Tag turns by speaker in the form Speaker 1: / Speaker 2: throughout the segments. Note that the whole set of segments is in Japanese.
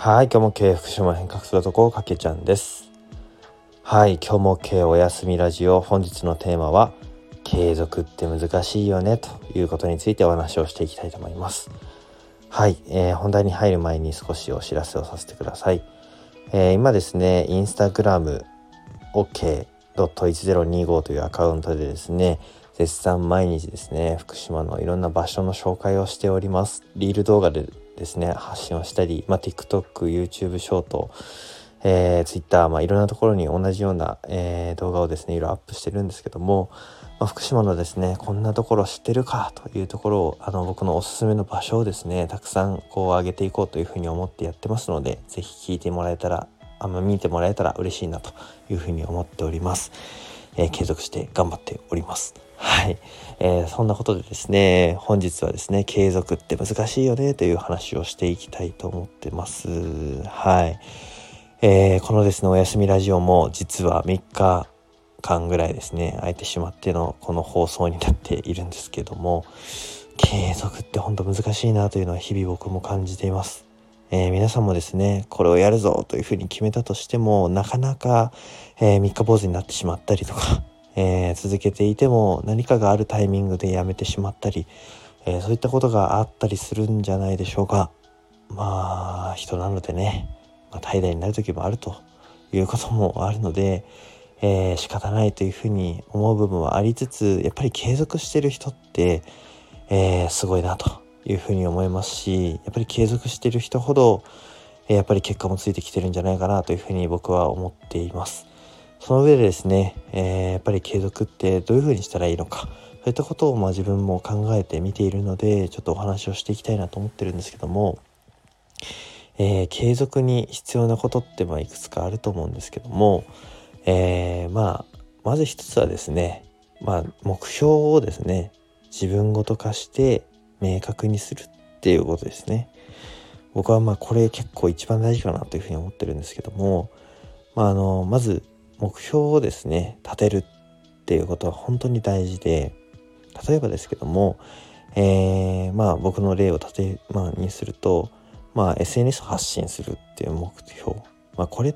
Speaker 1: はい、今日も経営福島変革する男かけちゃんです。はい、今日も経営おやすみラジオ。本日のテーマは継続って難しいよねということについてお話をしていきたいと思います。はい、本題に入る前に少しお知らせをさせてください。今ですね、インスタグラム OK.1025 というアカウントでですね、絶賛毎日ですね、福島のいろんな場所の紹介をしております。リール動画でですね、発信をしたり、TikTok、YouTube ショート、Twitter、いろんなところに同じような、動画をですね、いろいろアップしてるんですけども、福島のですね、こんなところ知ってるかというところを、僕のおすすめの場所をですね、たくさん上げていこうというふうに思ってやってますので、ぜひ聞いてもらえたら、見てもらえたら嬉しいなというふうに思っております。継続して頑張っております。はい、そんなことでですね、本日はですね、継続って難しいよねという話をしていきたいと思ってます。はい、このですね、おやすみラジオも実は3日間ぐらいですね、空いてしまってのこの放送になっているんですけども、継続って本当難しいなというのは日々僕も感じています。皆さんもですね、これをやるぞというふうに決めたとしても、なかなか、三日坊主になってしまったりとか、続けていても何かがあるタイミングでやめてしまったり、そういったことがあったりするんじゃないでしょうか。人なのでね、怠惰になる時もあるということもあるので、仕方ないというふうに思う部分はありつつ、やっぱり継続してる人って、すごいなというふうに思いますし、やっぱり継続してる人ほど、やっぱり結果もついてきてるんじゃないかなというふうに僕は思っています。その上でですね、やっぱり継続ってどういうふうにしたらいいのか、そういったことを自分も考えてみているので、ちょっとお話をしていきたいなと思ってるんですけども、継続に必要なことっていくつかあると思うんですけども、まず一つはですね、目標をですね、自分ごと化して明確にするっていうことですね。僕はこれ結構一番大事かなというふうに思ってるんですけども、まず目標をですね、立てるっていうことは本当に大事で、例えばですけども、僕の例をにすると、SNS を発信するっていう目標、これって、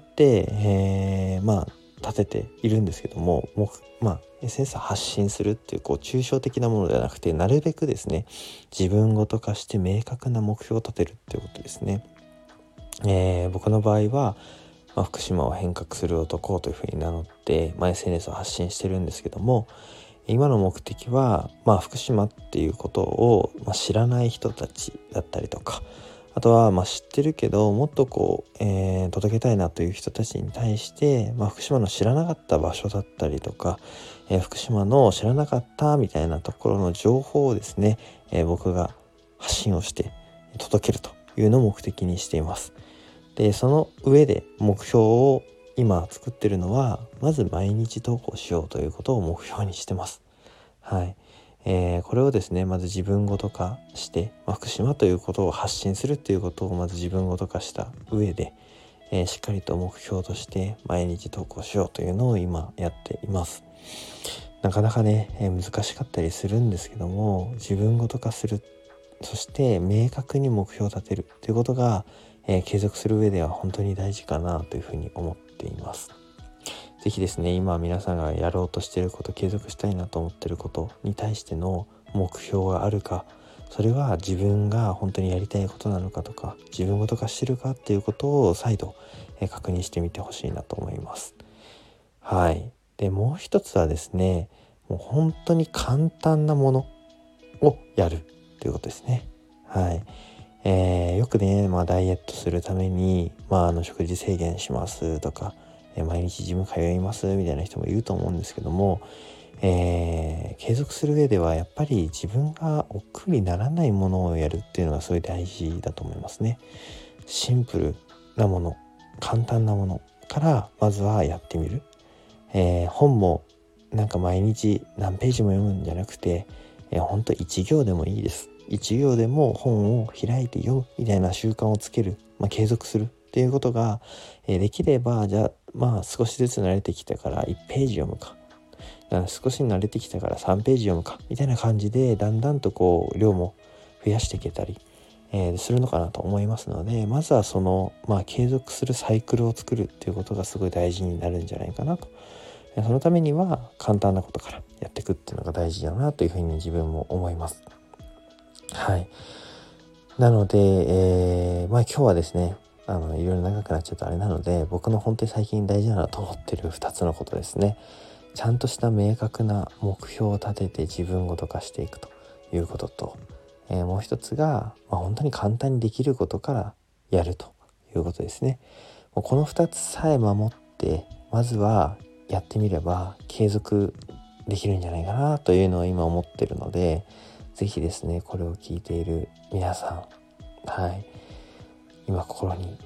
Speaker 1: 立てているんですけども、SNS を発信するっていう抽象的なものではなくて、なるべくですね、自分ごと化して明確な目標を立てるっていうことですね。僕の場合は、福島を変革する男というふうに名乗って、SNS を発信してるんですけども、今の目的は、福島っていうことを、知らない人たちだったりとか、あとは知ってるけどもっと届けたいなという人たちに対して、福島の知らなかった場所だったりとか、福島の知らなかったみたいなところの情報をですね、僕が発信をして届けるというのを目的にしています。で、その上で目標を今作ってるのは、まず毎日投稿しようということを目標にしてます。はい。これをですね、まず自分ごと化して、福島ということを発信するということをまず自分ごと化した上で、しっかりと目標として毎日投稿しようというのを今やっています。なかなかね、難しかったりするんですけども、自分ごと化する、そして明確に目標を立てるということが、継続する上では本当に大事かなというふうに思っています。ぜひですね、今皆さんがやろうとしていること、継続したいなと思っていることに対しての目標があるか、それは自分が本当にやりたいことなのかとか、自分ごと化してるかっていうことを再度確認してみてほしいなと思います。はい。で、もう一つはですね、もう本当に簡単なものをやるということですね。はい。よくね、ダイエットするために、食事制限しますとか、毎日ジム通いますみたいな人もいると思うんですけども、継続する上ではやっぱり自分が億劫にならないものをやるっていうのがすごい大事だと思いますね。シンプルなもの、簡単なものからまずはやってみる。本も毎日何ページも読むんじゃなくて、ほんと1行でもいいです。1行でも本を開いて読むみたいな習慣をつける、継続するっていうことが、できれば、じゃあ少しずつ慣れてきたから1ページ読むか、少し慣れてきたから3ページ読むかみたいな感じで、だんだんと量も増やしていけたり、 するのかなと思いますので、まずはその、継続するサイクルを作るっていうことがすごい大事になるんじゃないかなと。そのためには簡単なことからやっていくっていうのが大事だなというふうに自分も思います。はい。なので、今日はですね、いろいろ長くなっちゃうとあれなので、僕の本当に最近大事だなと思ってる2つのことですね。ちゃんとした明確な目標を立てて自分ごと化していくということと、もう一つが、本当に簡単にできることからやるということですね。もうこの2つさえ守ってまずはやってみれば継続できるんじゃないかなというのを今思ってるので、ぜひですねこれを聞いている皆さん、今心に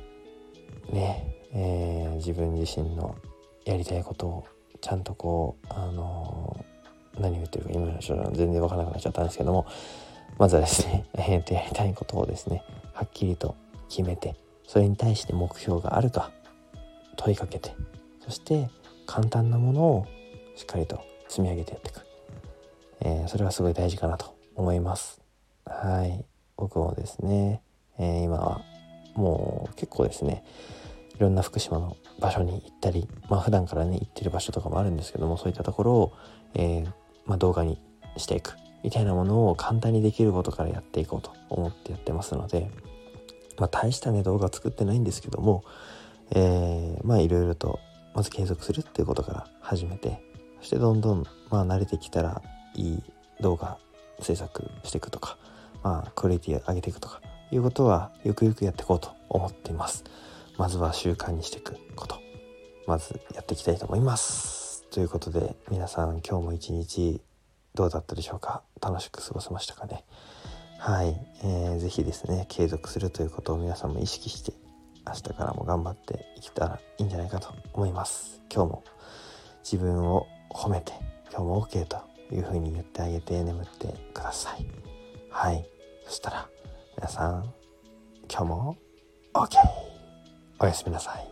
Speaker 1: ね、自分自身のやりたいことをちゃんと何を言ってるか今の全然分からなくなっちゃったんですけども、まずはですね、やりたいことをですねはっきりと決めて、それに対して目標があるか問いかけて、そして簡単なものをしっかりと積み上げてやっていく、それはすごい大事かなと思います。はい、僕もですね、今はもう結構ですねいろんな福島の場所に行ったり、普段からね行ってる場所とかもあるんですけども、そういったところを、動画にしていくみたいなものを簡単にできることからやっていこうと思ってやってますので、大したね動画作ってないんですけども、いろいろとまず継続するっていうことから始めて、そしてどんどん慣れてきたらいい動画制作していくとか、クオリティ上げていくとかいうことはゆくゆくやっていこうと思っています。まずは習慣にしていくこと、まずやっていきたいと思います。ということで皆さん今日も一日どうだったでしょうか。楽しく過ごせましたかね。はい、ぜひですね継続するということを皆さんも意識して明日からも頑張っていけたらいいんじゃないかと思います。今日も自分を褒めて今日も OK というふうに言ってあげて眠ってください。はい、そしたら皆さん今日も OK、おやすみなさい。